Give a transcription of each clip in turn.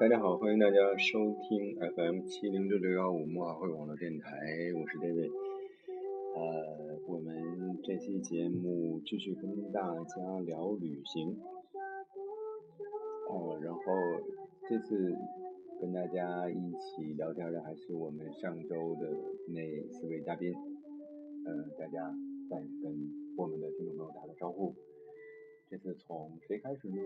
大家好，欢迎大家收听 FM70615木华会网络电台，我是 David。我们这期节目继续跟大家聊旅行。然后这次跟大家一起聊天的还是我们上周的那4位嘉宾。大家再跟我们的听众朋友打个招呼。这次从谁开始呢？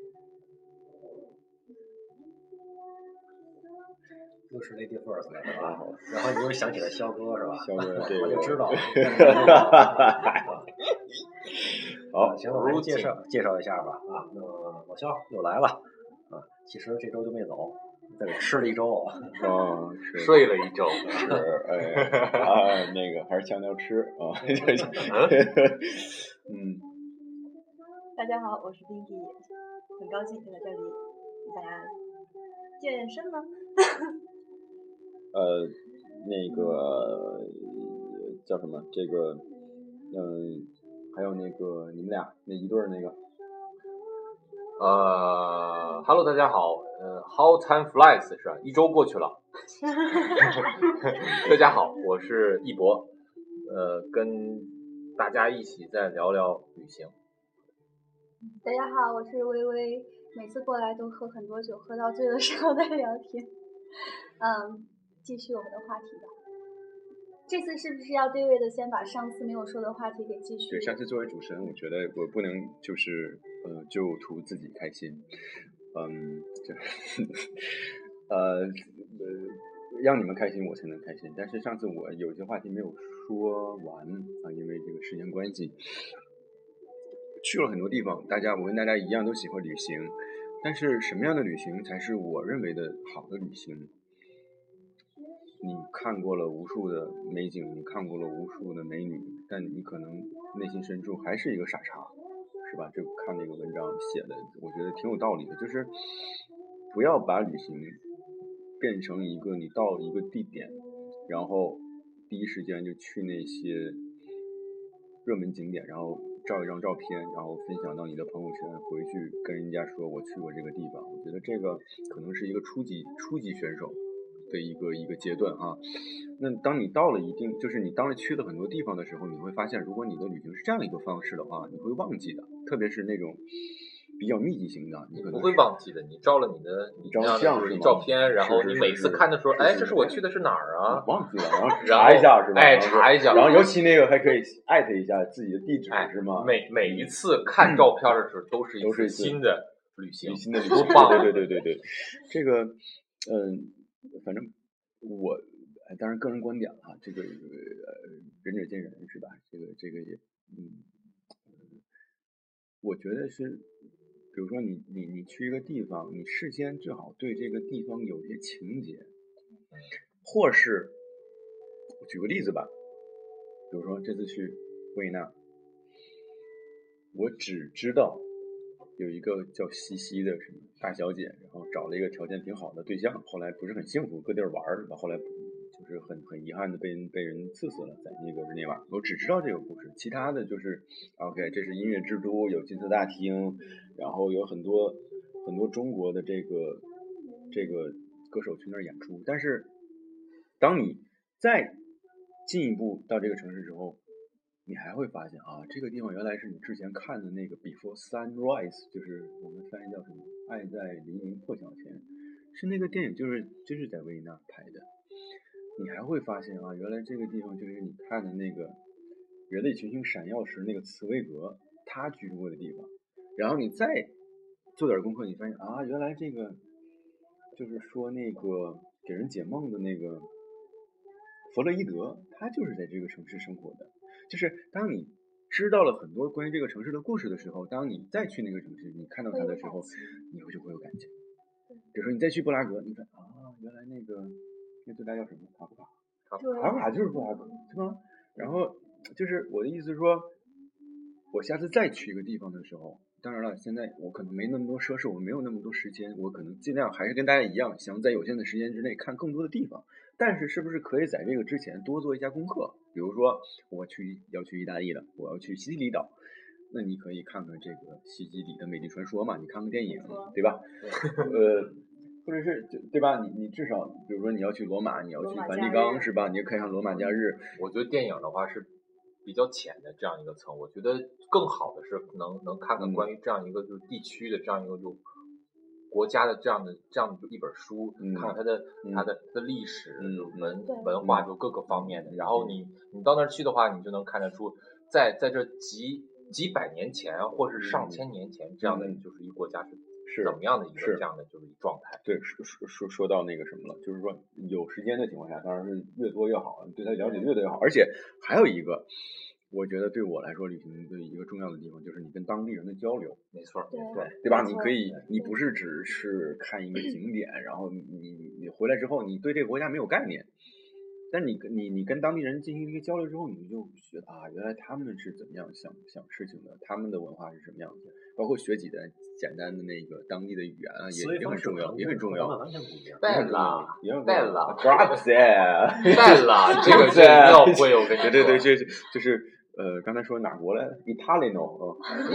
又是 Lady First 了，是吧？然后你又想起了肖哥，是吧？ 肖哥，对， 我就知道。 好， 行了，我来介绍一下吧。那老肖又来了。其实这周就没走，在这吃了一周。 睡了一周。 是，那个还是强调吃啊。 大家好，我是丁迪，很高兴在这里给大家健身呢。 那个叫什么？这个，还有那个你们俩那一对儿那个。 Hello， 大家好。How time flies 是吧？一周过去了。大家好，我是一博。跟大家一起再聊聊旅行。 大家好，我是微微，每次过来都喝很多酒，喝到醉的时候再聊天。继续我们的话题吧。这次是不是要对位的先把上次没有说的话题给继续？ 对，上次作为主持人，我觉得我不能就是就图自己开心，让你们开心我才能开心。但是上次我有些话题没有说完因为这个时间关系，去了很多地方。我跟大家一样都喜欢旅行，但是什么样的旅行才是我认为的好的旅行？你看过了无数的美景，你看过了无数的美女，但你可能内心深处还是一个傻叉，是吧？就看那个文章写的，我觉得挺有道理的，就是不要把旅行变成一个你到一个地点，然后第一时间就去那些热门景点，然后照一张照片，然后分享到你的朋友圈，回去跟人家说我去过这个地方。我觉得这个可能是一个初级选手的一个阶段哈。那当你到了就是你当你去了很多地方的时候，你会发现，如果你的旅行是这样一个方式的话，你会忘记的，特别是那种比较密集型的，你可能不会忘记的。你照了你照片，然后你每次看的时候，这是我去的是哪儿啊？ 忘记了，然后查一下是吧？ 查一下， 然后尤其那个还可以艾特一下自己的地址，是吗？ 每一次看照片的时候都是一次新的旅行， 多棒！对，这个反正我当然个人观点啊，这个仁者见仁是吧？这个也我觉得是，比如说你去一个地方，你事先最好对这个地方有些情节，或是我举个例子吧，比如说这次去维也纳，我只知道有一个叫西西的什么大小姐，然后找了一个条件挺好的对象，后来不是很幸福，各地儿玩了，后来就是很遗憾的被人刺死了，在那个日内瓦。我只知道这个故事，其他的就是 OK， 这是音乐之都，有金色大厅，然后有很多中国的这个歌手去那儿演出。但是当你再进一步到这个城市之后，你还会发现这个地方原来是你之前看的那个 Before Sunrise， 就是我们翻译叫什么《爱在黎明破晓前》，是那个电影就是在维也纳拍的。你还会发现原来这个地方就是你看的那个人类群星闪耀时那个茨威格他居住过的地方。然后你再做点功课，你发现原来这个就是说那个给人解梦的那个弗洛伊德，他就是在这个城市生活的。就是当你知道了很多关于这个城市的故事的时候，当你再去那个城市，你看到它的时候，你就会有感情。比如说你再去布拉格，你看原来那对大叫什么卡夫卡就是布拉格，是吗？然后就是我的意思是说，我下次再去一个地方的时候，当然了，现在我可能没那么多奢侈，我没有那么多时间，我可能尽量还是跟大家一样，想在有限的时间之内看更多的地方。但是是不是可以在这个之前多做一下功课？比如说我要去意大利了，我要去西西里岛，那你可以看看这个西西里的美丽传说嘛，你看看电影，对吧？ 或者是对吧？你至少比如说你要去罗马，你要去梵蒂冈是吧？你就看上罗马假日。 我觉得电影的话是比较浅的这样一个层，我觉得更好的是能看看关于这样一个就是地区的这样一个就国家的这样的一本书，看看它的历史、文化就各个方面的。然后你到那儿去的话，你就能看得出，在这几百年前或是上千年前这样的就是一国家是怎么样的一个这样的就是状态。 对，说到那个什么了，就是说有时间的情况下，当然是越多越好，对他了解越多越好。而且还有一个。我觉得对我来说，旅行的一个重要的地方就是你跟当地人的交流。 没错， 对吧？你可以，你不是只是看一个景点，然后你回来之后，你对这个国家没有概念，但你跟当地人进行一个交流之后，你就觉得啊，原来他们是怎么样想事情的，他们的文化是什么样子，包括学几个简单的那个当地的语言啊，也很重要，也很重要。 拜了， 这个是要会，我跟你说。 对，就是刚才说哪国来？Italiano，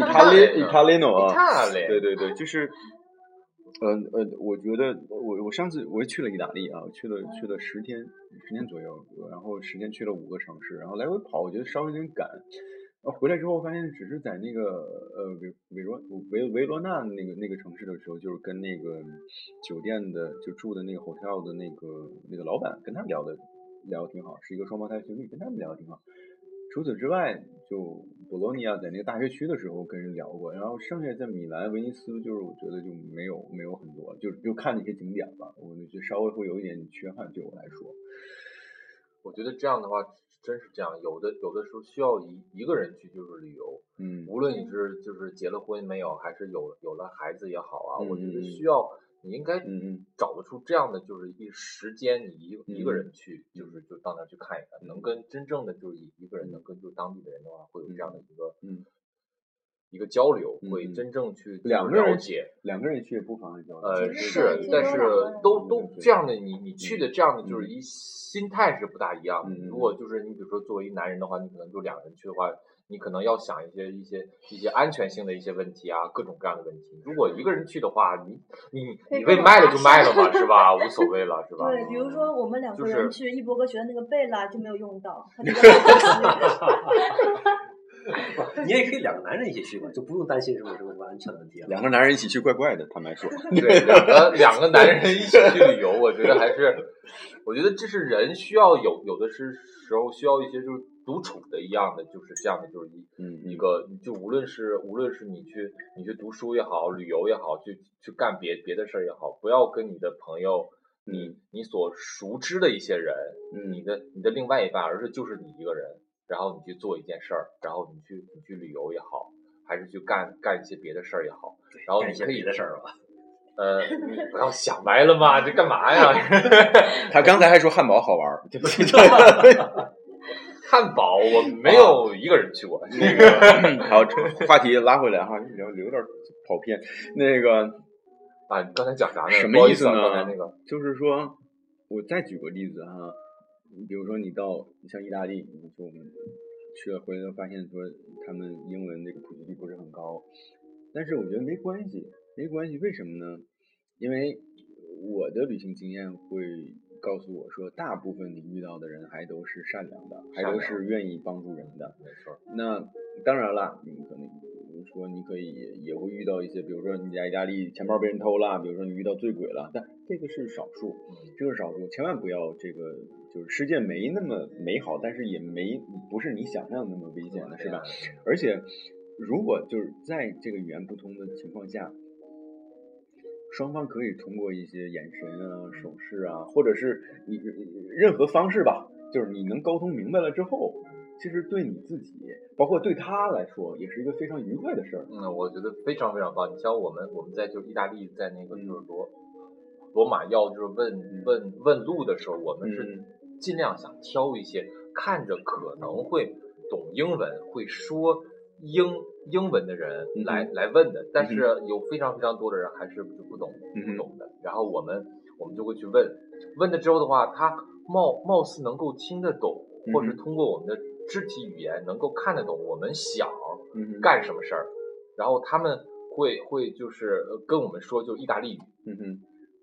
对，就是，我觉得我上次我去了意大利啊，去了10天左右，然后10天去了5个城市，然后来回跑，我觉得稍微有点赶。回来之后发现，只是在那个维罗纳那个城市的时候，就是跟那个酒店的就住的那个 hotel 的那个老板，跟他们聊得挺好，是一个双胞胎情侣，跟他们聊得挺好。除此之外，就博洛尼亚在那个大学区的时候跟人聊过，然后剩下在米兰、威尼斯，就是我觉得就没有很多，就看那些景点吧，我就觉得稍微会有一点缺憾，对我来说。 我觉得这样的话真是这样，有的时候需要一个人去就是旅游，无论你是就是结了婚没有，还是有了孩子也好啊，我觉得需要你应该找得出这样的就是一时间，你一个人去就到那儿去看一看，能跟真正的就是一个人能跟就当地的人的话，会有这样的一个交流，会真正去了解。 两个人去也不妨碍交流。 是，但是都这样的，你去的这样的就是心态是不大一样的。如果就是你比如说作为一男人的话，你可能就2个人去的话，你可能要想一些安全性的一些问题啊，各种各样的问题。如果一个人去的话，你被卖了就卖了嘛，是吧？无所谓了，是吧？ 对，比如说我们2个人去，一博哥学的那个贝拉就没有用到。 你也可以2个男人一起去嘛，就不用担心什么安全的问题了。 2个男人一起去怪怪的，坦白说。 对，两个男人一起去旅游，我觉得这是人需要有的时候需要一些就是独处的一样的，就是这样的，就是一个就无论是你去读书也好，旅游也好，去干别的事儿也好，不要跟你的朋友，你所熟知的一些人，你的另外一半，而是就是你一个人。然后你去做一件事儿，然后你去旅游也好，还是去干一些别的事儿也好，然后你可以的事儿吧。 你不要想歪了嘛，这干嘛呀？ 他刚才还说汉堡好玩，对不起。 汉堡我没有一个人去过。 那个好，话题拉回来哈，有点跑偏。那个啊，你刚才讲啥呢？ 什么意思呢？ 刚才那个就是说，我再举个例子哈。比如说你像意大利，我们去了回来发现说他们英文这个普及率不是很高，但是我觉得没关系，为什么呢？因为我的旅行经验会告诉我说，大部分你遇到的人还都是善良的，还都是愿意帮助人的。 没错。 那当然了，你可能说你可以也会遇到一些，比如说你在意大利钱包被人偷了，比如说你遇到醉鬼了，但这个是少数，千万不要这个。就是世界没那么美好，但是也不是你想象的那么危险的，是吧？而且，如果就是在这个语言不通的情况下，双方可以通过一些眼神啊、手势啊，或者是你任何方式吧，就是你能沟通明白了之后，其实对你自己，包括对他来说，也是一个非常愉快的事儿。 我觉得非常非常棒。你像我们在就是意大利，在那个就是罗马要就是问路的时候，我们是尽量想挑一些看着可能会懂英文、会说英文的人来问的，但是有非常非常多的人还是不懂的。然后我们就会去问了之后的话，他貌似能够听得懂，或是通过我们的肢体语言能够看得懂我们想干什么事儿，然后他们会就是跟我们说就意大利语。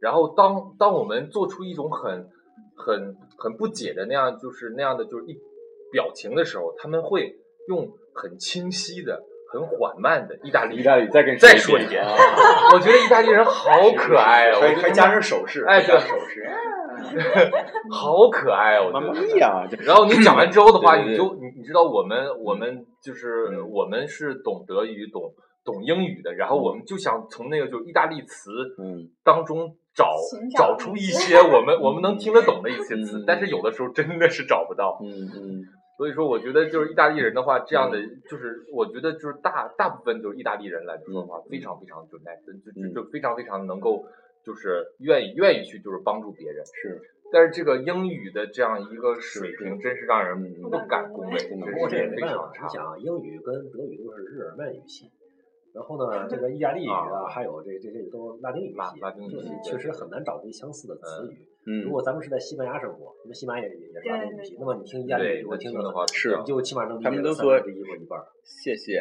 然后当我们做出一种很不解的那样的就是表情的时候，他们会用很清晰的、很缓慢的意大利再说一遍。我觉得意大利人好可爱啊！ 还加上手势， 哎，对， 手势， 好可爱啊！我觉得。 妈咪呀！ 然后你讲完之后的话， 对你知道我们就是我们是懂德语、懂英语的，然后我们就想从那个就是意大利词当中找出一些我们能听得懂的一些词，但是有的时候真的是找不到。所以说，我觉得就是意大利人的话，这样的就是我觉得就是大部分就是意大利人来说的话，非常非常就 nice，就非常非常能够就是愿意去就是帮助别人。 是， 但是这个英语的这样一个水平，真是让人不敢恭维， 不过这也没办法， 非常差。 你想，英语跟德语都是日耳曼语系。然后呢，这个意大利语啊，还有这都拉丁语系， 拉丁语系确实很难找出相似的词语。如果咱们是在西班牙生活，因为西班牙也是拉丁语系，那么你听意大利语，如果听的话， 是你就起码能理解他们都说一半。 谢谢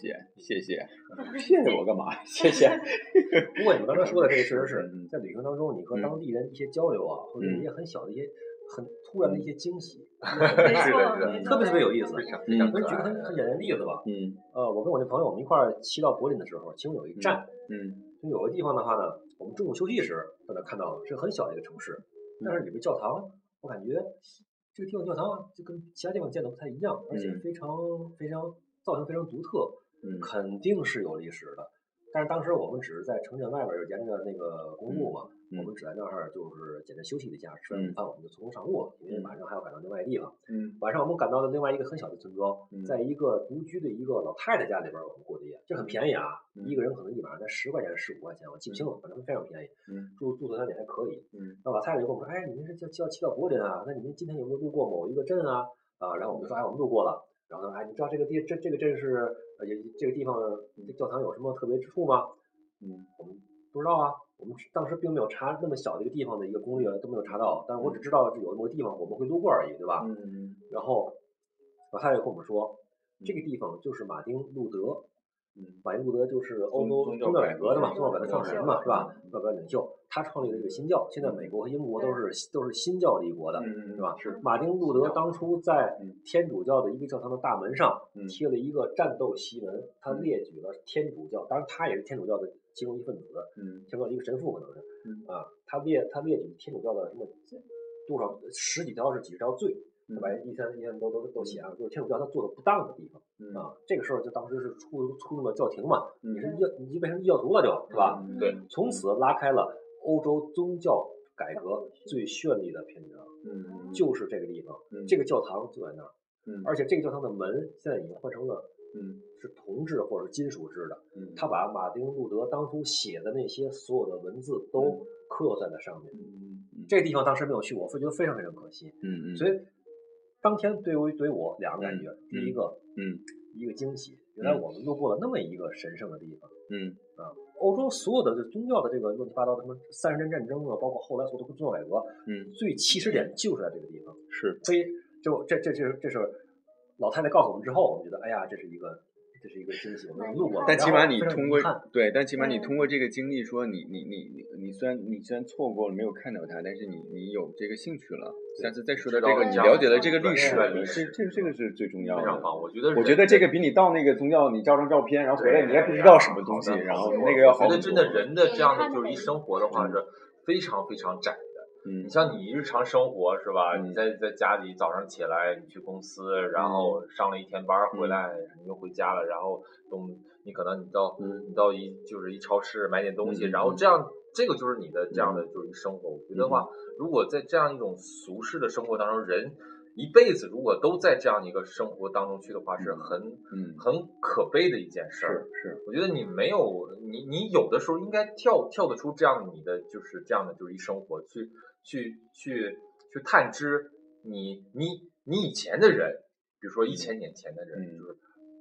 我干嘛？谢谢。 不过你们刚才说的这个确实是在旅行当中，你和当地人一些交流啊，或者一些很小的一些很突然的一些惊喜， 是的， 特别有意思。我举个很简单的例子吧。我跟我那朋友我们一块儿骑到柏林的时候，其中有一站，就有个地方的话呢，我们中午休息时在那看到了，是很小的一个城市，但是里面教堂，我感觉这个地方教堂就跟其他地方建的不太一样，而且非常造型非常独特，肯定是有历史的。但是当时我们只是在城镇外边沿着那个公路嘛，我们只在那儿就是简单休息了一下，吃完午饭我们就从容上路了，因为晚上还要赶到另外一个地方。晚上我们赶到了另外一个很小的村庄，在一个独居的一个老太太家里边我们过的夜，这很便宜啊，一个人可能一晚上才10块钱15块钱，我记不清了，反正非常便宜。住宿条件还可以。那老太太就跟我们说，哎，你们是叫骑到柏林啊？那你们今天有没有路过某一个镇啊？然后我们就说，哎，我们路过了。然后呢，哎，你知道这个镇是这个地方这教堂有什么特别之处吗？我们不知道啊，我们当时并没有查那么小的一个地方的一个攻略都没有查到，但是我只知道有某个地方我们会路过而已，对吧？然后老太太跟我们说，这个地方就是马丁路德。马丁路德就是欧洲宗教改革的嘛，宗教改革创始人嘛，是吧？宗教改革领袖，他创立了这个新教，现在美国和英国都是新教立国的，是吧？是马丁路德当初在天主教的一个教堂的大门上贴了一个战斗檄文，他列举了天主教，当然他也是天主教的其中一份子，天主教一个神父可能是，他列举天主教的什么多少10几条是几十条罪。把一三都写了，就是天主教他做的不当的地方这个事儿就当时是触动了教廷嘛，你变成异教徒了就是吧？ 对， 从此拉开了欧洲宗教改革最绚丽的篇章，就是这个地方，这个教堂就在那儿，而且这个教堂的门现在已经换成了是铜制或者金属制的，他把马丁路德当初写的那些所有的文字都刻在了上面，这个地方当时没有去过，我觉得非常非常可惜，所以。当天对于我2个感觉，第一个，一个惊喜，原来我们路过了那么一个神圣的地方，欧洲所有的宗教的这个乱七八糟的什么30年战争啊，包括后来所有的宗教改革，最起始点就是在这个地方，所以这是老太太告诉我们之后，我们觉得，哎呀，这是一个惊喜，我们路过了。 但起码你通过但起码你通过这个经历，说你虽然错过了没有看到它，但是你有这个兴趣了。下次再说到这个，你了解了这个历史，这个是最重要的。 非常棒，我觉得这个比你到那个宗教，你照张照片，然后回来你也不知道什么东西，然后那个要好。 我觉得真的人的这样的就是一生活的话是非常非常窄。你像你日常生活是吧？你在家里早上起来，你去公司，然后上了一天班回来，你又回家了，然后你可能你到一超市买点东西，然后这个就是你的这样的就是一生活。我觉得话，如果在这样一种俗世的生活当中，人一辈子如果都在这样一个生活当中去的话，是很可悲的一件事儿。 是， 我觉得你没有你有的时候应该跳得出这样你的就是这样的就是一生活去探知你以前的人，比如说1000年前的人，就是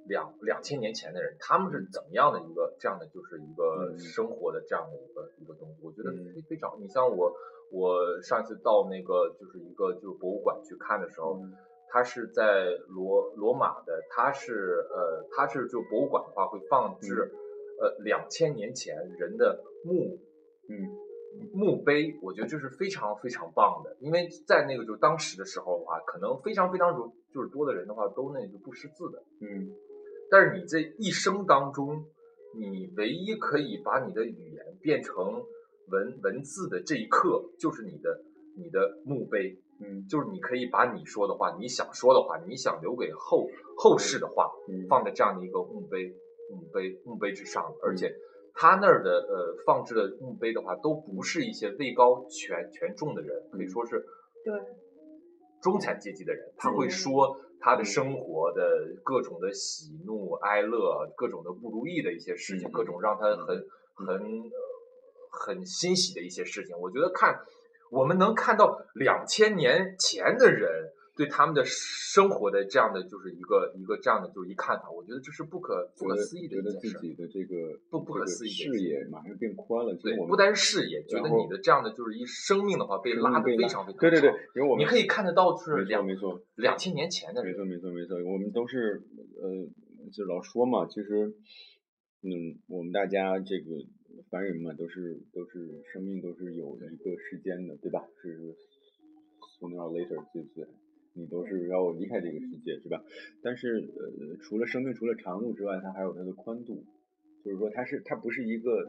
2000年前的人，他们是怎么样的一个这样的就是一个生活的这样的一个东西。我觉得非常，你像我上一次到那个就是一个就是博物馆去看的时候，它是在罗马的，它是就博物馆的话会放置2000年前人的墓， 墓碑，我觉得这是非常非常棒的，因为在那个就当时的时候的话，可能非常非常就是多的人的话都那个不识字的，但是你这一生当中，你唯一可以把你的语言变成文字的这一刻，就是你的墓碑，就是你可以把你说的话，你想说的话，你想留给后世的话，放在这样的一个墓碑之上，而且他那儿的放置的墓碑的话，都不是一些位高权重的人，可以说是对中产阶级的人，他会说他的生活的各种的喜怒哀乐，各种的不如意的一些事情，各种让他很欣喜的一些事情。我觉得我们能看到2000年前的人对他们的生活的这样的就是一个这样的就是一看法，我觉得这是不可思议的一件事。 觉得自己的这个不可思议的视野马上变宽了。 对，不单是视野，觉得你的这样的就是一生命的话被拉得非常非常长。 对，因为我们你可以看得到就是没错 2000年前的人。 没错，我们都是就老说嘛，其实我们大家这个凡人嘛，都是生命都是有一个时间的，对吧？是 sooner or later， 就是你都是要离开这个世界，是吧？但是除了生命除了长度之外，它还有它的宽度，就是说它不是一个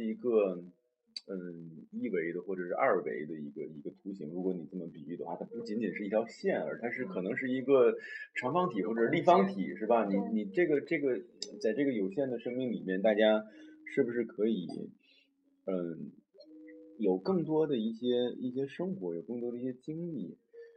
一维的或者是二维的一个图形。如果你这么比喻的话，它不仅仅是一条线，而它是可能是一个长方体或者立方体，是吧？你这个在这个有限的生命里面，大家是不是可以有更多的一些生活，有更多的一些经历，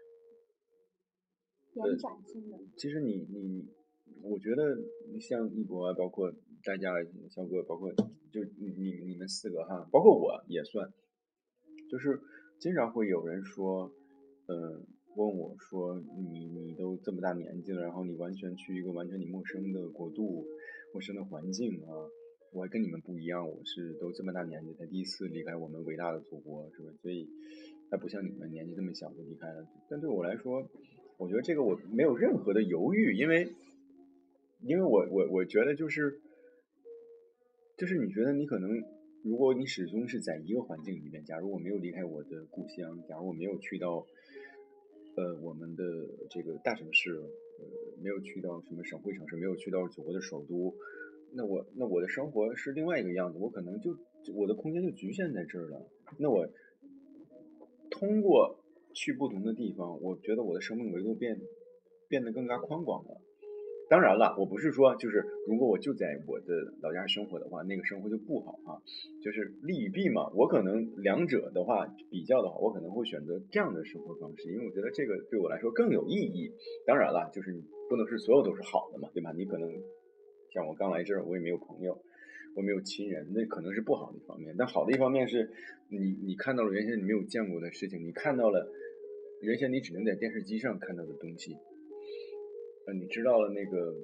延展性的。 其实我觉得像一博啊，包括大家肖哥，包括就你们4个哈，包括我也算，就是经常会有人说，问我说你都这么大年纪了，然后你完全去一个完全你陌生的国度、陌生的环境啊，我还跟你们不一样，我是都这么大年纪才第一次离开我们伟大的祖国，是吧？所以还不像你们年纪这么小就离开了。但对我来说，我觉得这个我没有任何的犹豫，因为我觉得就是你觉得你可能，如果你始终是在一个环境里面，假如我没有离开我的故乡，假如我没有去到我们的这个大城市，没有去到什么省会城市，没有去到祖国的首都，那我的生活是另外一个样子，我可能我的空间就局限在这儿了。那我通过去不同的地方，我觉得我的生命维度变得更加宽广了。当然了，我不是说就是如果我就在我的老家生活的话，那个生活就不好啊，就是利与弊嘛。我可能两者的话比较的话，我可能会选择这样的生活方式，因为我觉得这个对我来说更有意义。当然了，就是你不能是所有都是好的嘛，对吧？你可能像我刚来这儿，我也没有朋友，我没有亲人，那可能是不好的一方面。但好的一方面是你看到了原先你没有见过的事情，你看到了原先你只能在电视机上看到的东西。你知道了那个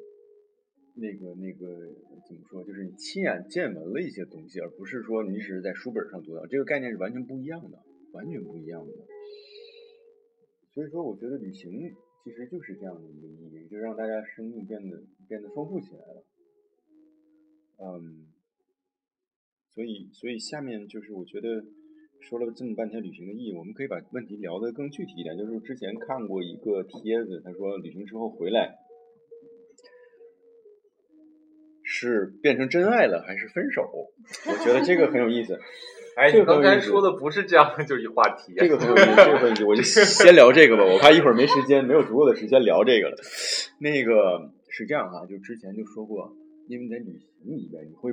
怎么说？就是你亲眼见闻了一些东西，而不是说你只是在书本上读到。这个概念是完全不一样的，完全不一样的。所以说，我觉得旅行其实就是这样的一个意义，就让大家生命变得丰富起来了。所以下面就是我觉得说了这么半天旅行的意义，我们可以把问题聊得更具体一点。就是之前看过一个帖子，他说旅行之后回来是变成真爱了还是分手？我觉得这个很有意思。 哎，你刚才说的不是这样就一话题， 这个很有意思，这个很有意思，我就先聊这个吧，我怕一会儿没时间，没有足够的时间聊这个了。那个是这样哈，就之前就说过，因为你在旅行里边，你会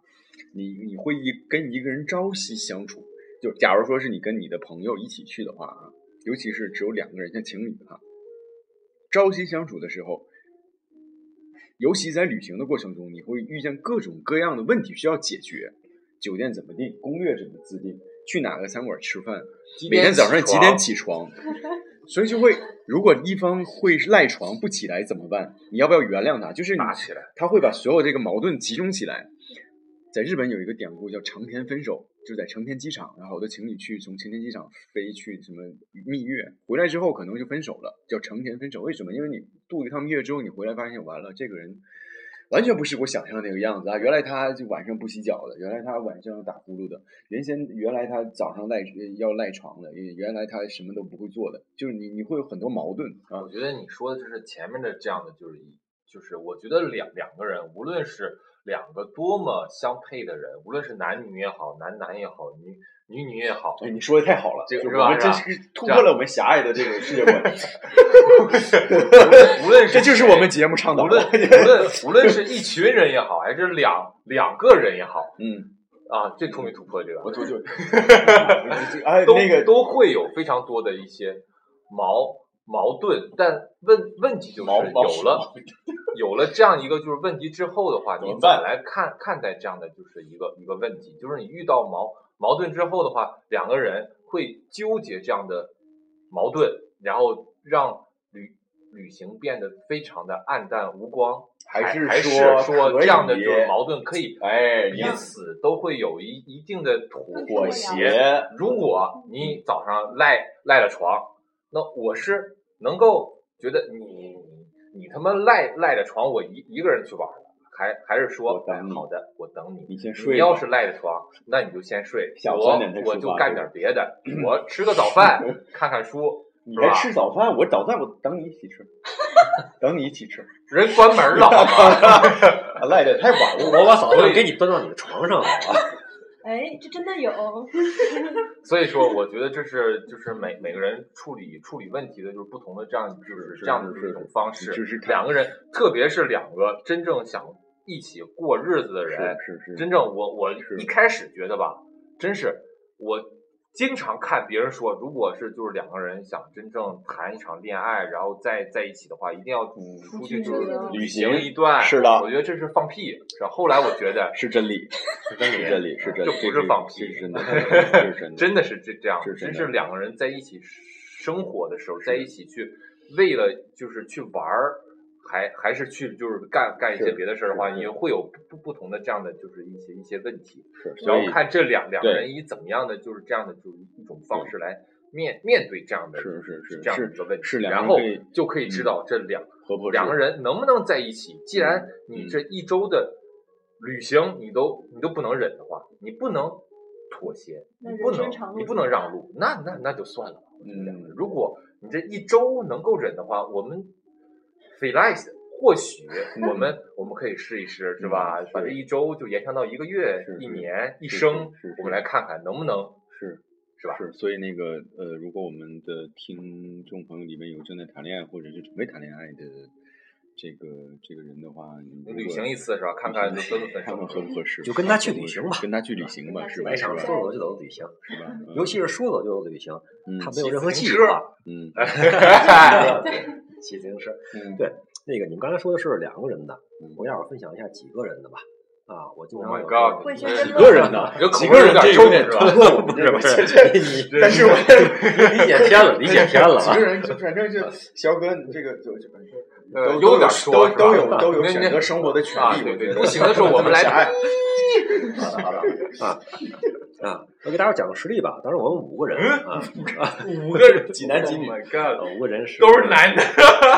跟一个人朝夕相处。就假如说是你跟你的朋友一起去的话啊，尤其是只有2个人，像情侣哈，朝夕相处的时候，尤其在旅行的过程中，你会遇见各种各样的问题需要解决。酒店怎么订，攻略怎么自订，去哪个餐馆吃饭，每天早上几点起床，所以就会，如果一方会赖床不起来怎么办？你要不要原谅他？就是打起来， 他会把所有这个矛盾集中起来。在日本有一个典故叫成田分手，就是在成田机场，然后好多情侣从成田机场飞去什么蜜月，回来之后可能就分手了，叫成田分手。为什么？因为你度一趟蜜月之后，你回来发现完了，这个人完全不是我想象的那个样子啊！原来他就晚上不洗脚的，原来他晚上打呼噜的，原来他早上要赖床的，原来他什么都不会做的，就是你会有很多矛盾啊。 我觉得你说的就是前面的这样的，就是我觉得两个人，无论是两个多么相配的人，无论是男女也好，男也好，女也好， 哎，你说的太好了， 这个我们真是突破了我们狭隘的这个世界观。 无论是这就是我们节目倡导， 无论是一群人也好，还是两个人也好，这终于突破这个，都会有非常多的一些矛盾，但问题就是有了这样一个就是问题之后的话，你怎么来看待这样的就是一个问题？就是你遇到矛盾之后的话，两个人会纠结这样的矛盾，然后让旅行变得非常的暗淡无光，还是说这样的就是矛盾可以彼此都会有一定的妥协。如果你早上赖了床，那我是能够觉得你他妈赖着床，我一个人去玩了，还是说好的，我等你， 你先睡。 你要是赖着床，那你就先睡，我就干点别的，我吃个早饭，看看书。 你还吃早饭？我早饭我等你一起吃，等你一起吃。 人关门了， 赖的太晚了， 我把早饭给你端到你的床上了。 哎，这真的有。 所以说，我觉得这是就是每个人处理问题的就是不同的这样的一种方式。两个人，特别是两个真正想一起过日子的人，真正我一开始觉得吧，真是我经常看别人说，如果是就是两个人想真正谈一场恋爱，然后在一起的话，一定要出去就是旅行一段。 是的， 我觉得这是放屁。是吧？后来我觉得是真理，是真理， 这不是放屁， 是真的， 真的是这样。真是两个人在一起生活的时候，在一起去为了就是去玩儿。还是去就是干一些别的事儿的话，也会有不同的这样的就是一些问题。然后看这两个人以怎么样的就是这样的就是一种方式来面对这样的这样的一个问题，然后就可以知道这两个人能不能在一起。既然你这一周的旅行你都不能忍的话，你不能妥协，你不能让路，那就算了。如果你这一周能够忍的话，我们Felice 或许我们可以试一试，是吧？把这一周就延长到1个月、1年、一生，我们来看看能不能是吧？ 是，所以那个如果我们的听众朋友里面有正在谈恋爱或者是准备谈恋爱的这个人的话， 旅行一次是吧？看看合不合适， 就跟他去旅行吧， 是吧？ 没啥说走就走的旅行， 是吧？ 尤其是说走就走的旅行，他没有任何计划，骑自行车，对，那个你们刚才说的是2个人的，我要分享一下几个人的吧。我经常有几个人的，几个人这有点是吧？不是，但是我理解偏了， 几个人就反正就肖哥这个就有点说都有选择生活的权利， 对，不行的时候我们来。 好的，我给大家讲个实例吧。当时我们5个人 5个人， 几男几女 ，5个人都是男的。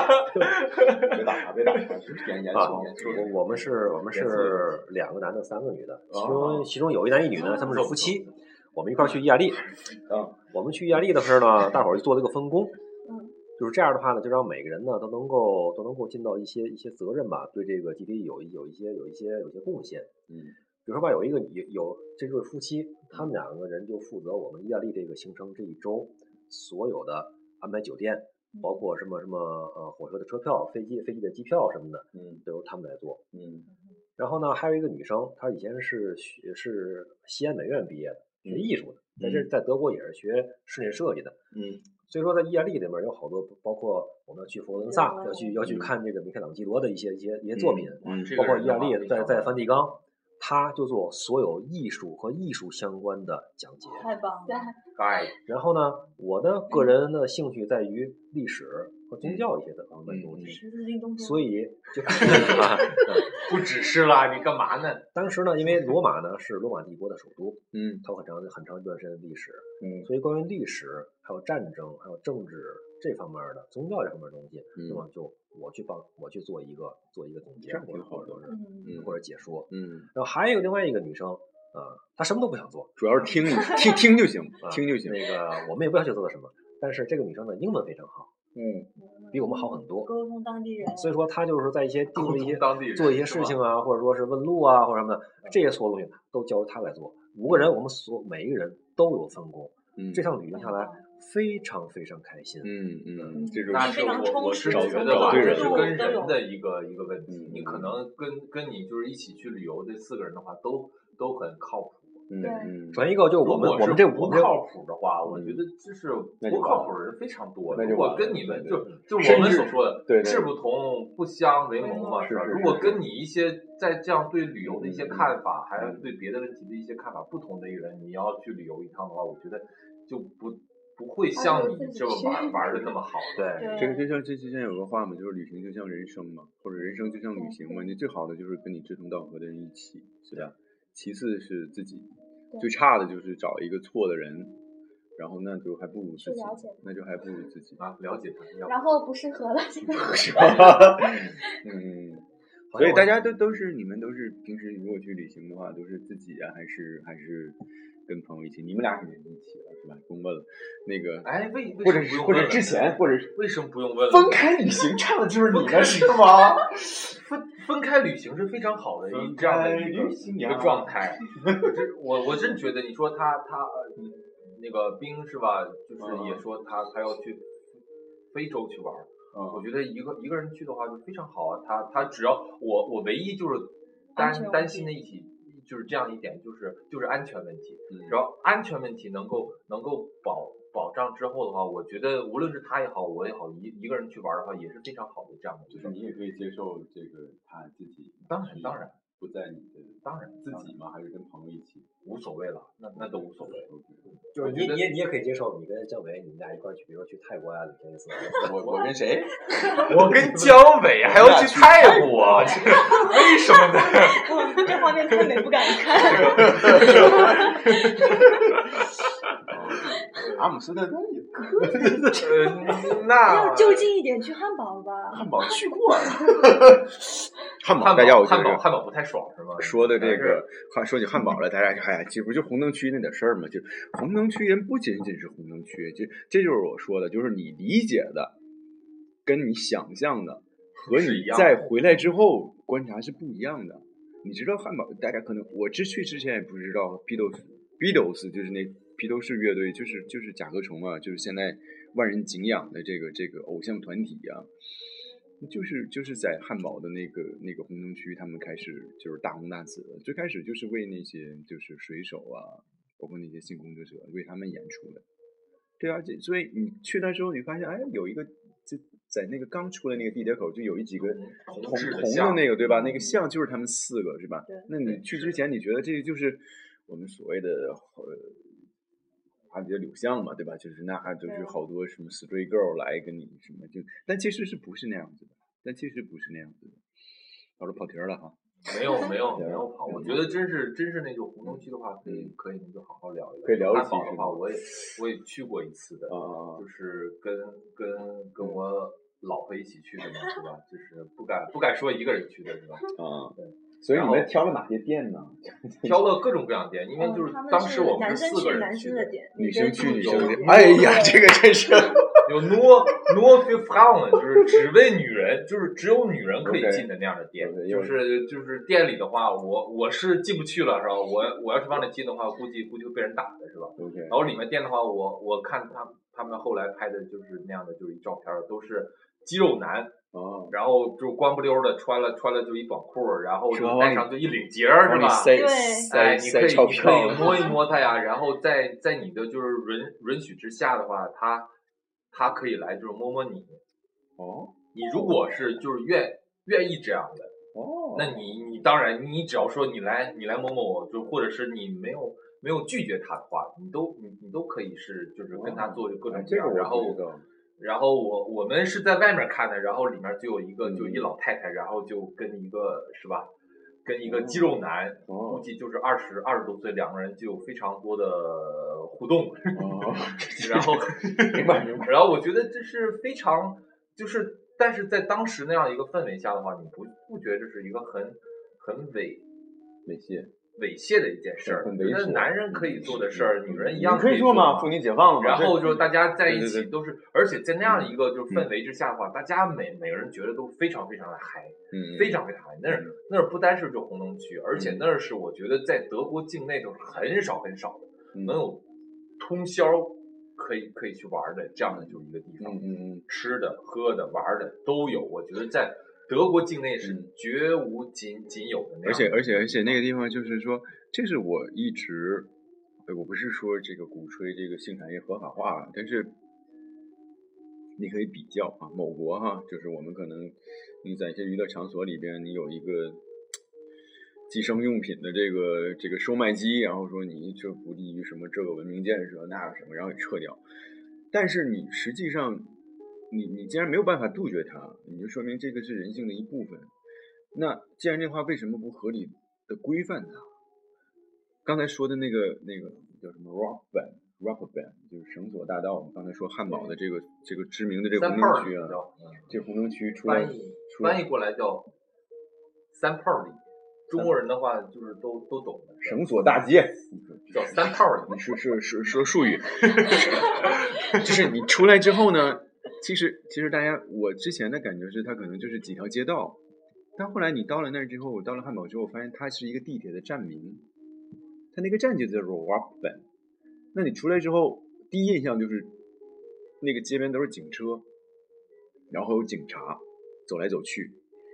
别打， 我们是2个男的3个女的，其中有1男1女呢，他们是夫妻。我们一块去意大利，我们去意大利的时候呢，大伙儿就做了一个分工，就是这样的话呢，就让每个人呢都能够尽到一些责任吧，对这个集体有一些贡献。比如说吧，有这对夫妻，他们2个人就负责我们意大利这个行程这一周所有的安排酒店，包括什么火车的车票、飞机的机票什么的，都由他们来做。然后呢，还有一个女生，她以前是西安美院毕业的，学艺术的，在德国也是学室内设计的。所以说在意大利那边有好多，包括我们去佛罗伦萨要去看这个米开朗基罗的一些作品，包括意大利在梵蒂冈。他就做所有艺术和艺术相关的讲解， 太棒了！ 然后呢，我的个人的兴趣在于历史和宗教一些的方面东西，所以就不只是啦，你干嘛呢？ 当时呢，因为罗马呢是罗马帝国的首都，它有很长一段时间的历史，所以关于历史、还有战争、还有政治、 这方面的宗教这方面的东西，那么就我去做一个总结，或者解说。然后还有另外一个女生她什么都不想做， 主要是听就行，听就行。 那个我们也不要求做什么，但是这个女生的英文非常好，比我们好很多， 沟通当地人。 所以说她就是在一些做一些事情啊，或者说是问路啊或者什么的，这些所有东西都交由她来做。5个人，我们每一个人都有分工。这趟旅行下来非常非常开心。 这种那是我是觉得吧，这是跟人的一个问题。你可能跟你就是一起去旅游这4个人的话，都很靠谱。 首先一个就我们这不靠谱的话，我觉得就是不靠谱的人非常多。如果跟你们就我们所说的志不同不相为谋嘛，是吧？如果跟你一些在这样对旅游的一些看法，还有对别的问题的一些看法不同的一个人，你要去旅游一趟的话，我觉得就不会像你这么玩的那么好。 对，这个就像有个话嘛，就是旅行就像人生嘛，或者人生就像旅行嘛。你最好的就是跟你志同道合的人一起，是吧？其次是自己，最差的就是找一个错的人，然后那就还不如自己，那就还不如自己了解他， 然后不适合了， 是吧？所以大家都是你们都是平时如果去旅行的话，都是自己啊，还是跟朋友一起？你们俩肯定一起了，是吧？不用问了。那个，或者之前，或者为什么不用问了？ 分开旅行差的就是你们，是吗？ 分开旅行是非常好的这样的一个状态。我真觉得，你说他那个冰是吧？就是也说他要去非洲去玩。我觉得一个人去的话就非常好啊。他只要我唯一就是担心的就是这样一点，就是安全问题。只要安全问题能够保障之后的话，我觉得无论是他也好，我也好，一个人去玩的话也是非常好的。这样的就是你也可以接受这个他自己， 当然不在你的， 当然自己吗？还是跟朋友一起？ 无所谓了，那都无所谓。 就是你也可以接受，你跟姜伟你们俩一块去，比如说去泰国啊旅行一次。 我跟谁？ 我跟姜伟还要去泰国，为什么呢？ 这方面太美不敢看。 阿姆斯特丹也可以。 那要就近一点，去汉堡吧。 汉堡去过了。汉堡，大家汉堡不太爽是吗？ 说的这个说起汉堡了，大家这不就红灯区那点事儿吗？就红灯区人不仅仅是红灯区，这就是我说的，就是你理解的跟你想象的和你在回来之后观察是不一样的。你知道汉堡，大家可能我去之前也不知道 Beatles 就是那披头士乐队，就是甲壳虫啊，就是现在万人敬仰的这个偶像团体啊。就是在汉堡的那个红灯区，他们开始就是大红大紫的。最开始就是为那些就是水手啊，包括那些性工作者为他们演出的。对啊，所以你去那时候，你发现有一个就在那个刚出来那个地铁口，就有几个红的那个，对吧？那个像就是他们4个，是吧？那你去之前，你觉得这就是我们所谓的华姐柳巷嘛，对吧？就是那还就是好多什么 stray girl 来跟你什么但其实不是那样子的，好了，跑题了哈。 没有跑，我觉得真是那种红灯区的话，可以那就好好聊一聊。 可以聊一期。 汉堡的话，我也去过一次的，就是跟我老婆一起去的嘛，是吧？就是不敢说一个人去的，是吧？对。 所以你们挑了哪些店呢？ 挑了各种各样的店，因为就是当时我们是4个人去的， 女生去女生的。哎呀，这个真是有 no für Frauen， 就是只为女人，就是只有女人可以进的那样的店。就是店里的话，我是进不去了，是吧？我要是往里进的话，估计会被人打的，是吧？然后里面店的话，我看他们后来拍的就是那样的，就是一照片都是肌肉男。然后就光不溜的穿了就一短裤，然后就带上就一领结，是吧？ 对， 你可以摸一摸它呀，然后在你的就是允许之下的话，他可以来就是摸摸你。你如果是就是愿意这样的，那你当然你只要说你来摸摸我，就或者是你没有拒绝他的话，你都可以是就是跟他做各种各样，然后我们是在外面看的，然后里面就有一老太太，然后就跟一个是吧， 跟一个肌肉男，估计就是二十多岁，两个人就有非常多的互动，然后然后我觉得这是非常就是但是在当时那样一个氛围下的话，你不觉得这是一个很猥亵的一件事儿？觉得男人可以做的事儿，女人一样可以做吗？妇女解放了嘛？ 然后就大家在一起都是，而且在那样一个就是氛围之下的话，大家每个人觉得都非常非常的嗨，非常非常嗨。那不单是这红灯区，而且那是我觉得在德国境内都是很少的，能有通宵可以去玩的这样的就是一个地方。吃的、喝的、玩的都有，我觉得在德国境内是绝无仅有的那样。 而且那个地方就是说，这是我一直，我不是说这个鼓吹这个性产业合法化，但是你可以比较啊，某国哈，就是我们可能你在一些娱乐场所里边，你有一个计生用品的这个售卖机，然后说你这不利于什么这个文明建设那个什么，然后给撤掉。但是你实际上你既然没有办法杜绝它，你就说明这个是人性的一部分。那既然这话为什么不合理的规范它？刚才说的那个叫什么 Rubber Band， 就是绳索大道。我们刚才说汉堡的这个知名的这个红灯区啊，这红灯区翻译过来叫三炮里。中国人的话就是都懂的， 绳索大街叫三炮里。 你是说术语，就是你出来之后呢，其实大家我之前的感觉是它可能就是几条街道，但后来你到了那儿之后，我到了汉堡之后，我发现它是一个地铁的站名，它那个站就叫做 Rubber。那你出来之后，第一印象就是那个街边都是警车，然后有警察走来走去。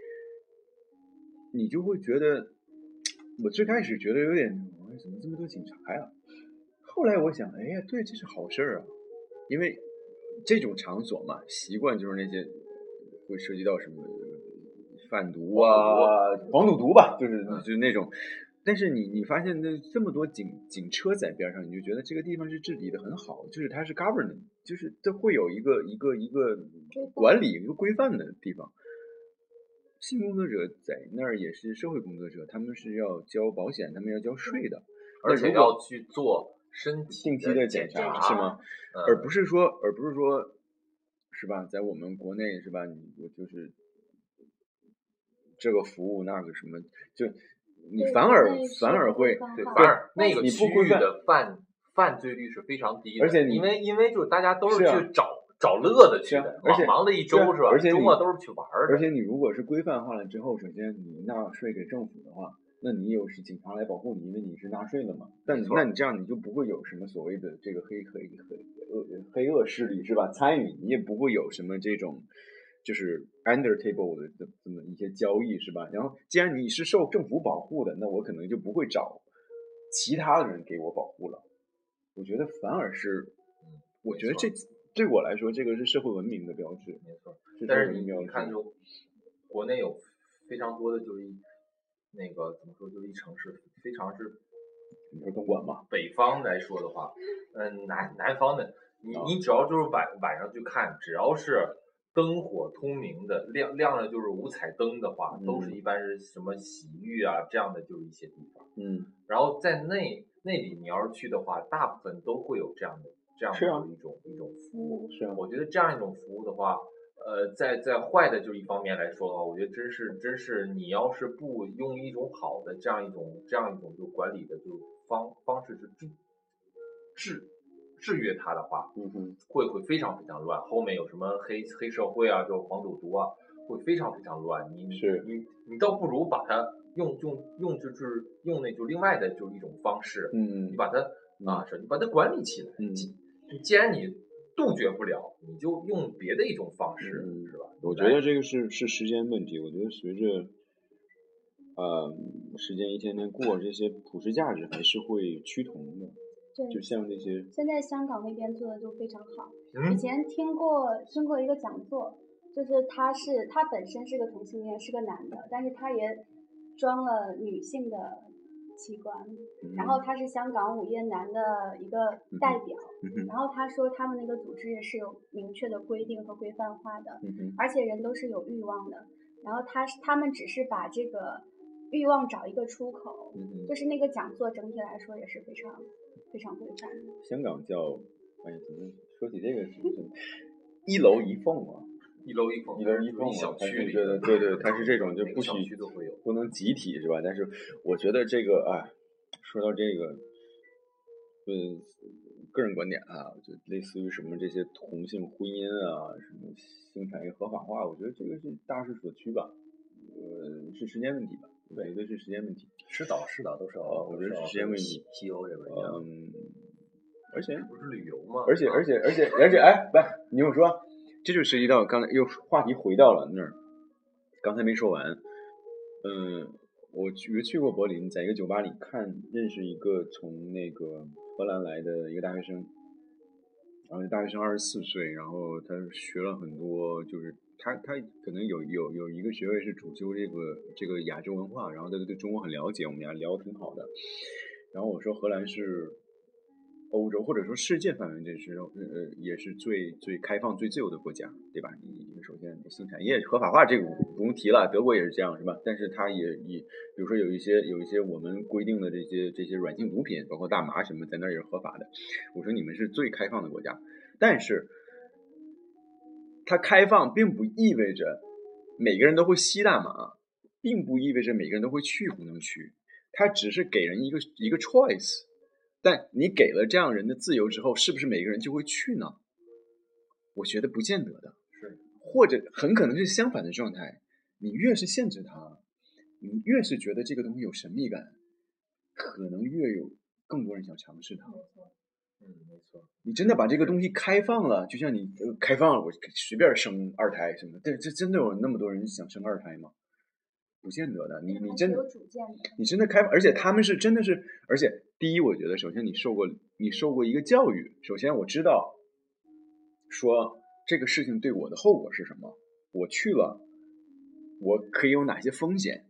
你就会觉得，我最开始觉得有点，怎么这么多警察呀？后来我想，哎呀，对，这是好事啊，因为这种场所嘛，习惯就是那些会涉及到什么贩毒啊、黄赌毒吧，就是那种。但是你发现那这么多警车在边上，你就觉得这个地方是治理的很好，就是它是 governance， 就是它会有一个管理一个规范的地方。性工作者在那儿也是社会工作者，他们是要交保险，他们要交税的， 而且要去做身体定期的检查，是吗？而不是说，是吧？在我们国内是吧？我就是这个服务那个什么，就你反而会对，反而那个区域的犯罪率是非常低的， 而且因为就是大家都是去找乐子去的，忙了一周是吧？ 而且周末都是去玩的。 而且你如果是规范化了之后，首先你纳税给政府的话，那你有是警察来保护你，因为你是纳税的嘛。那你这样你就不会有什么所谓的这个黑恶势力是吧？参与你也不会有什么这种就是 under table 的这么一些交易是吧？然后既然你是受政府保护的，那我可能就不会找其他的人给我保护了。我觉得反而是，我觉得这对我来说，这个是社会文明的标志。 没错，但是你看，就国内有非常多的就是那个怎么说，就是一城市非常是， 你说东莞嘛？ 北方来说的话，南方的，你只要就是晚上去看，只要是灯火通明的，亮的就是五彩灯的话，都是一般是什么洗浴啊这样的就是一些地方。然后在那里你要是去的话，大部分都会有这样的一种服务。 是啊， 我觉得这样一种服务的话，在坏的就是一方面来说的话，我觉得真是你要是不用一种好的这样一种就管理的就方式去制约它的话，会非常非常乱。后面有什么黑社会啊，就黄赌毒啊，会非常非常乱。你倒不如把它用就是用那就另外的就一种方式，你把它你把它管理起来。既然你杜绝不了，你就用别的一种方式，是吧？ 我觉得这个是时间问题。我觉得随着时间一天天过，这些普世价值还是会趋同的。 对， 就像这些。 现在香港那边做的就非常好。以前听过一个讲座，就是他本身是个同性恋，是个男的，但是他也装了女性的器官，然后他是香港午夜男的一个代表，然后他说他们那个组织是有明确的规定和规范化的，而且人都是有欲望的，然后他们只是把这个欲望找一个出口，就是那个讲座整体来说也是非常非常规范的。 香港叫怎么说起这个是一楼一凤啊？ 一楼一凤小区里， 对，它是这种就不许都会有， 不能集体是吧？但是我觉得这个说到这个，个人观点就类似于什么这些同性婚姻什么性产业合法化，我觉得这个是大势所趋吧，是时间问题吧，对，这是时间问题， 是的，都是我觉得是时间问题。 西欧这边而且不是旅游吗？ 而且，你听我说。这就涉及到刚才又话题回到了那儿，刚才没说完。我去过柏林，在一个酒吧里认识一个从那个荷兰来的一个大学生，然后大学生24岁，然后他学了很多，就是他可能有一个学位是主修这个亚洲文化，然后他对中国很了解，我们俩聊得挺好的。然后我说荷兰是欧洲或者说世界范围内是也是最开放最自由的国家，对吧？你首先性产业合法化这个不用提了，德国也是这样，是吧？但是它也比如说有一些我们规定的这些软性毒品，包括大麻什么，在那儿也是合法的。我说你们是最开放的国家，但是它开放并不意味着每个人都会吸大麻，并不意味着每个人都会去红灯区，它只是给人一个 choice。但你给了这样人的自由之后，是不是每个人就会去呢？我觉得不见得的，或者很可能是相反的状态。你越是限制它，你越是觉得这个东西有神秘感，可能越有更多人想尝试它。 没错。 你真的把这个东西开放了，就像你开放了，我随便生二胎什么的，这真的有那么多人想生二胎吗？不见得的，你真的开放，而且他们是真的是，而且第一，我觉得首先你受过一个教育，首先我知道说这个事情对我的后果是什么，我去了，我可以有哪些风险，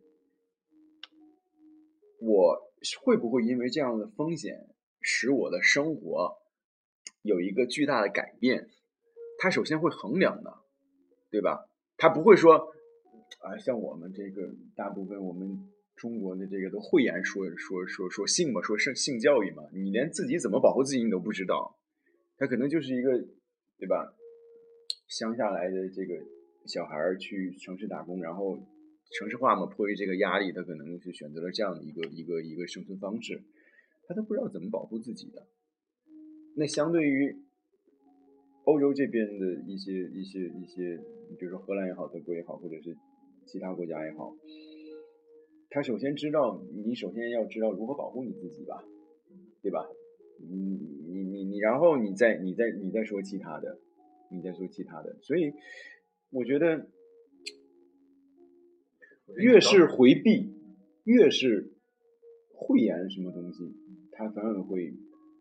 我会不会因为这样的风险使我的生活有一个巨大的改变，他首先会衡量的，对吧？他不会说像我们这个大部分我们中国的这个都讳言说性嘛，说性教育嘛，你连自己怎么保护自己你都不知道，他可能就是一个，对吧？乡下来的这个小孩去城市打工，然后城市化嘛，迫于这个压力，他可能是选择了这样的一个生存方式，他都不知道怎么保护自己的。那相对于欧洲这边的一些，比如说荷兰也好，德国也好，或者是其他国家也好，他首先你首先要知道如何保护你自己吧，对吧？你然后你再说其他的，所以我觉得越是回避，越是讳言什么东西，它反而会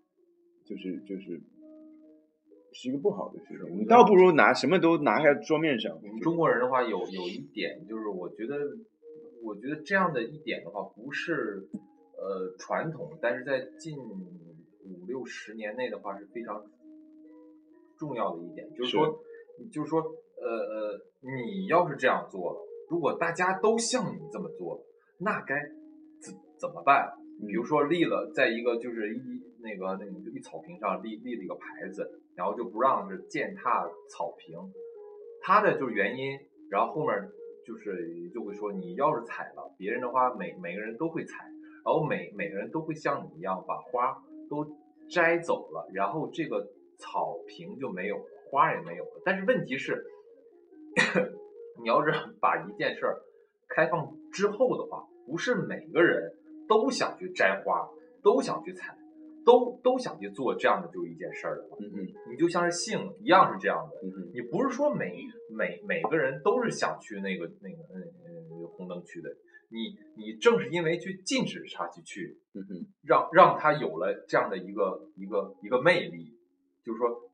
是一个不好的事情，你倒不如什么都拿下桌面上。 我们中国人的话有一点，就是我觉得这样的一点的话，不是传统，但是在近5-6-10年内的话是非常重要的一点，就是说你要是这样做了，如果大家都像你这么做，那该怎么办？比如说立了在一个就是那个一草坪上立了一个牌子，然后就不让是践踏草坪，它的就是原因，然后后面就会说你要是踩了别人的话，每个人都会踩，然后每个人都会像你一样把花都摘走了，然后这个草坪就没有了，花也没有了。但是问题是你要是把一件事儿开放之后的话，不是每个人都想去摘花，都想去采，都想去做这样的就一件事儿的话，你就像是性一样是这样的，你不是说每个人都是想去那个红灯区的，你正是因为去禁止他去，让他有了这样的一个魅力，就是说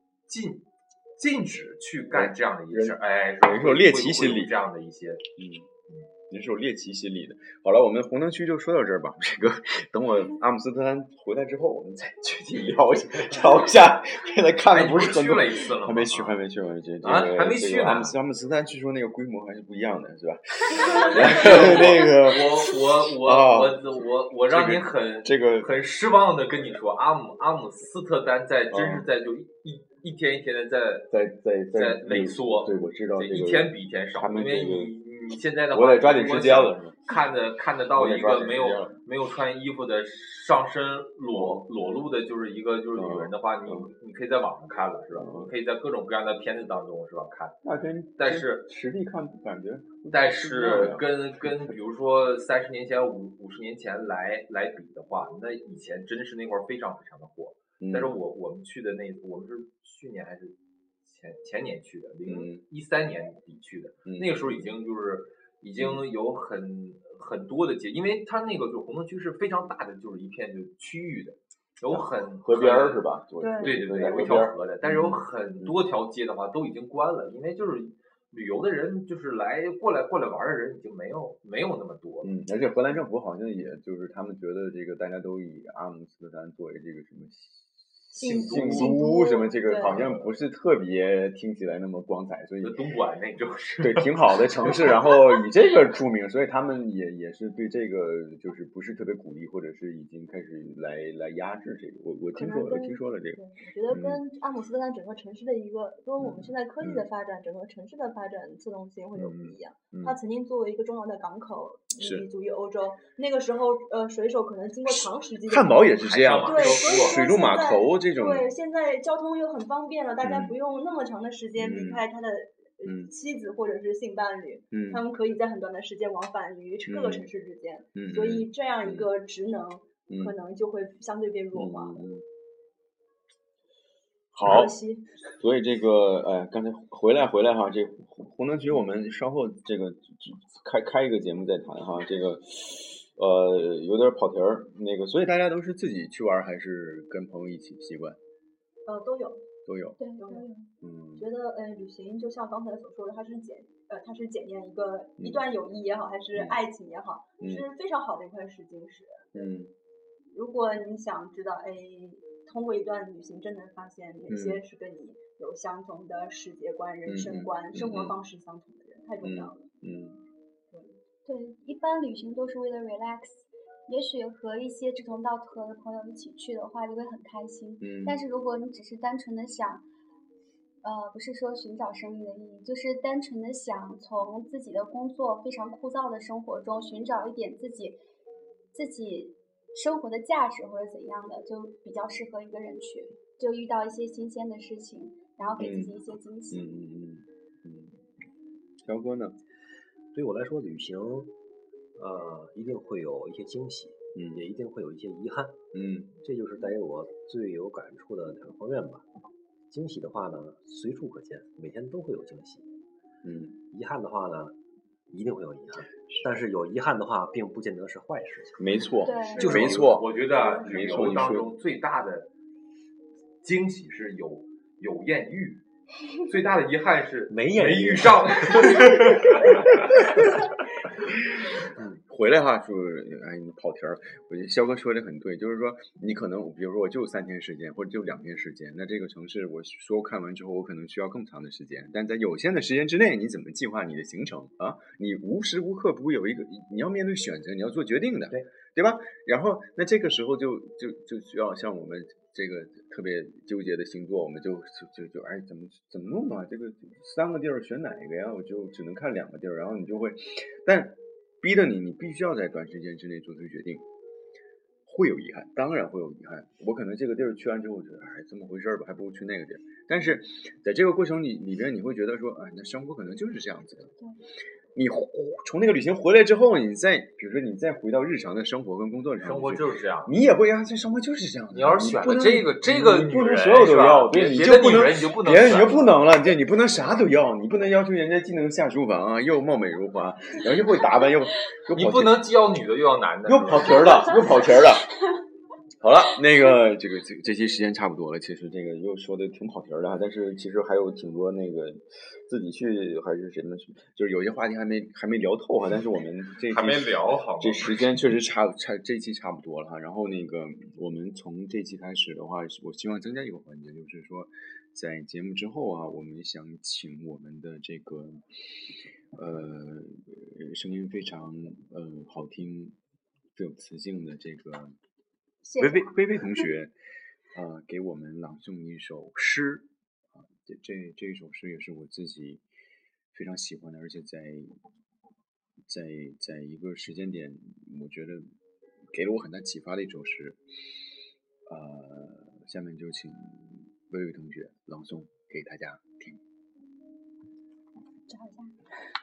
禁止去干这样的一些事，说猎奇心理这样的一些， 也是有猎奇心理的。好了，我们红灯区就说到这儿吧。这个等我阿姆斯特丹回来之后，我们再具体聊一下。现在看的不是很多， 去了一次了吗？ 还没去。 还没去呢。 阿姆斯特丹据说那个规模还是不一样的，是吧？ 那个我让你很失望的跟你说，阿姆斯特丹真是在就一天一天的在萎缩。 对，我知道， 一天比一天少，因为你现在的话， 我得抓紧时间了。 看得到一个没有穿衣服的上身裸露的，就是一个就是女人的话，你可以在网上看了，是吧？你可以在各种各样的片子当中，是吧？看。但是实地看感觉， 但是跟比如说30年前、50年前来比的话，那以前真是那会儿非常非常的火。但是我们去的那次，我们是去年还是前年去的，2013年底去的，那个时候已经有很多的街，因为它那个就红灯区是非常大的，就是一片就区域的，有河边是吧？ 对，有一条河的，但是有很多条街的话都已经关了，因为就是旅游的人就是过来玩的人已经没有那么多。 而且荷兰政府好像也就是他们觉得这个大家都以阿姆斯特丹作为这个什么姓都什么，这个好像不是特别听起来那么光彩，所以东莞那就是对挺好的城市，然后以这个著名，所以他们也是对这个就是不是特别鼓励，或者是已经开始来压制这个。我听说了这个。 我觉得跟阿姆斯特丹整个城市的一个，跟我们现在科技的发展，整个城市的发展自动性会有不一样。它曾经作为一个重要的港口，立足于欧洲，那个时候水手可能经过长时间。 汉堡也是这样， 对， 水陆码头这种。 对，现在交通又很方便了，大家不用那么长的时间离开他的妻子或者是性伴侣，他们可以在很短的时间往返于各个城市之间，所以这样一个职能可能就会相对被弱化。 好，所以这个刚才回来哈，这红灯区我们稍后这个开一个节目再谈哈，这个有点跑题儿，那个所以大家都是自己去玩还是跟朋友一起习惯？ 都有。 对，都有。 觉得旅行就像刚才所说的，它是检验一段友谊也好，还是爱情也好，是非常好的一块试金石。如果你想知道，通过一段旅行真能发现哪些是跟你有相同的世界观、人生观、生活方式相同的人，太重要了。 对，一般旅行都是为了 relax， 也许和一些志同道合的朋友一起去的话，就会很开心。但是如果你只是单纯的想，不是说寻找生命的意义，就是单纯的想从自己的工作非常枯燥的生活中寻找一点自己生活的价值或者怎样的，就比较适合一个人去，就遇到一些新鲜的事情，然后给自己一些惊喜。 肖哥呢？ 对我来说，旅行一定会有一些惊喜，也一定会有一些遗憾，这就是带给我最有感触的2个方面吧。惊喜的话呢，随处可见，每天都会有惊喜。遗憾的话呢，一定会有遗憾，但是有遗憾的话，并不见得是坏事情。 没错， 就是没错。 我觉得旅游当中最大的惊喜是有艳遇。最大的遗憾是没遇上。 回来哈，就是你跑题儿。我觉得肖哥说的很对，就是说你可能，比如说我就3天时间，或者就2天时间，那这个城市我说看完之后，我可能需要更长的时间。但在有限的时间之内，你怎么计划你的行程啊？你无时无刻不有一个你要面对选择，你要做决定的，对吧？然后那这个时候就需要像我们这个特别纠结的星座，我们就怎么弄啊？这个3个地儿选哪个呀？我就只能看2个地儿，然后你就会，但逼得你必须要在短时间之内做出决定，会有遗憾，当然会有遗憾。我可能这个地儿去完之后，我觉得这么回事吧，还不如去那个地儿。但是在这个过程里边，你会觉得说，那生活可能就是这样子的。你从那个旅行回来之后，比如说你再回到日常的生活跟工作上， 生活就是这样， 你也会这生活就是这样的。 你要是选了这个你不能所有都要，对，你就不能别人你就不能了，你不能啥都要，你不能要求人家既能下厨房啊，又貌美如花，然后又会打扮，又你不能既要女的又要男的， 又跑题儿了。 好了，那个这期时间差不多了，其实这个又说的挺跑题儿的，但是其实还有挺多那个自己去还是什么，就是有些话题还没聊透哈，但是我们这还没聊好， 这时间确实差这期差不多了哈。然后那个我们从这期开始的话，我希望增加一个环节，就是说在节目之后啊，我们想请我们的这个声音非常好听、最有磁性的这个薇薇同学，给我们朗诵一首诗啊，这一首诗也是我自己非常喜欢的，而且在一个时间点，我觉得给了我很大启发的一首诗。下面就请薇薇同学朗诵给大家听。 找一下。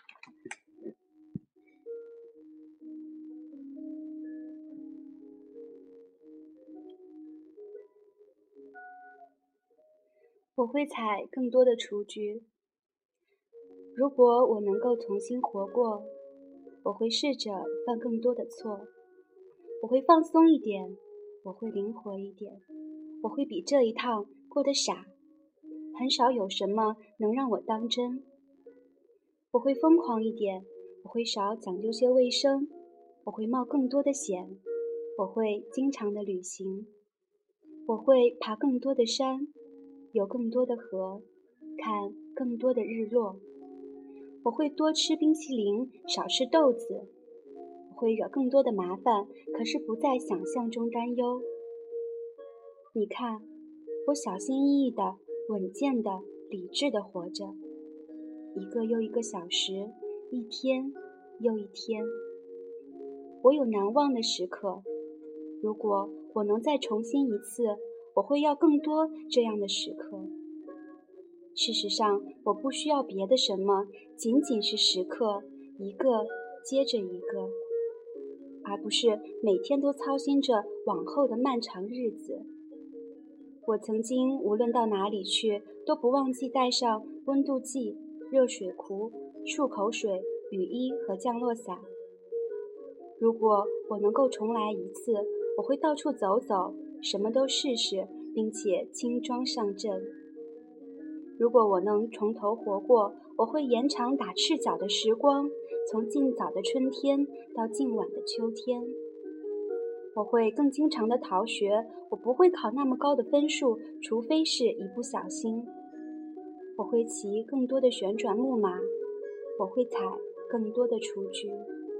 我会采更多的雏菊。如果我能够重新活过，我会试着犯更多的错。我会放松一点，我会灵活一点，我会比这一趟过得傻。很少有什么能让我当真。我会疯狂一点，我会少讲究些卫生，我会冒更多的险，我会经常的旅行，我会爬更多的山，游更多的河，看更多的日落。我会多吃冰淇淋，少吃豆子。我会惹更多的麻烦，可是不在想象中担忧。你看，我小心翼翼的、稳健的、理智的活着，一个又一个小时，一天又一天。我有难忘的时刻，如果我能再重新一次，我会要更多这样的时刻。事实上，我不需要别的什么，仅仅是时刻，一个接着一个，而不是每天都操心着往后的漫长日子。我曾经无论到哪里去，都不忘记带上温度计、热水壶、漱口水、雨衣和降落伞。如果我能够重来一次，我会到处走走，什么都试试，并且轻装上阵。如果我能从头活过，我会延长打赤脚的时光，从尽早的春天到尽晚的秋天。我会更经常的逃学，我不会考那么高的分数，除非是一不小心。我会骑更多的旋转木马，我会采更多的雏菊。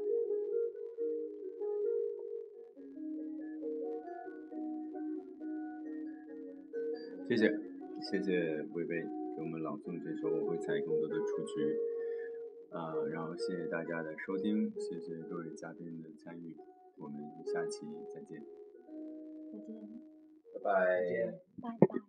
谢谢薇薇给我们朗诵这首《我会采更多的雏菊》。然后谢谢大家的收听，谢谢各位嘉宾的参与，我们下期再见。 再见。 拜拜。 拜拜。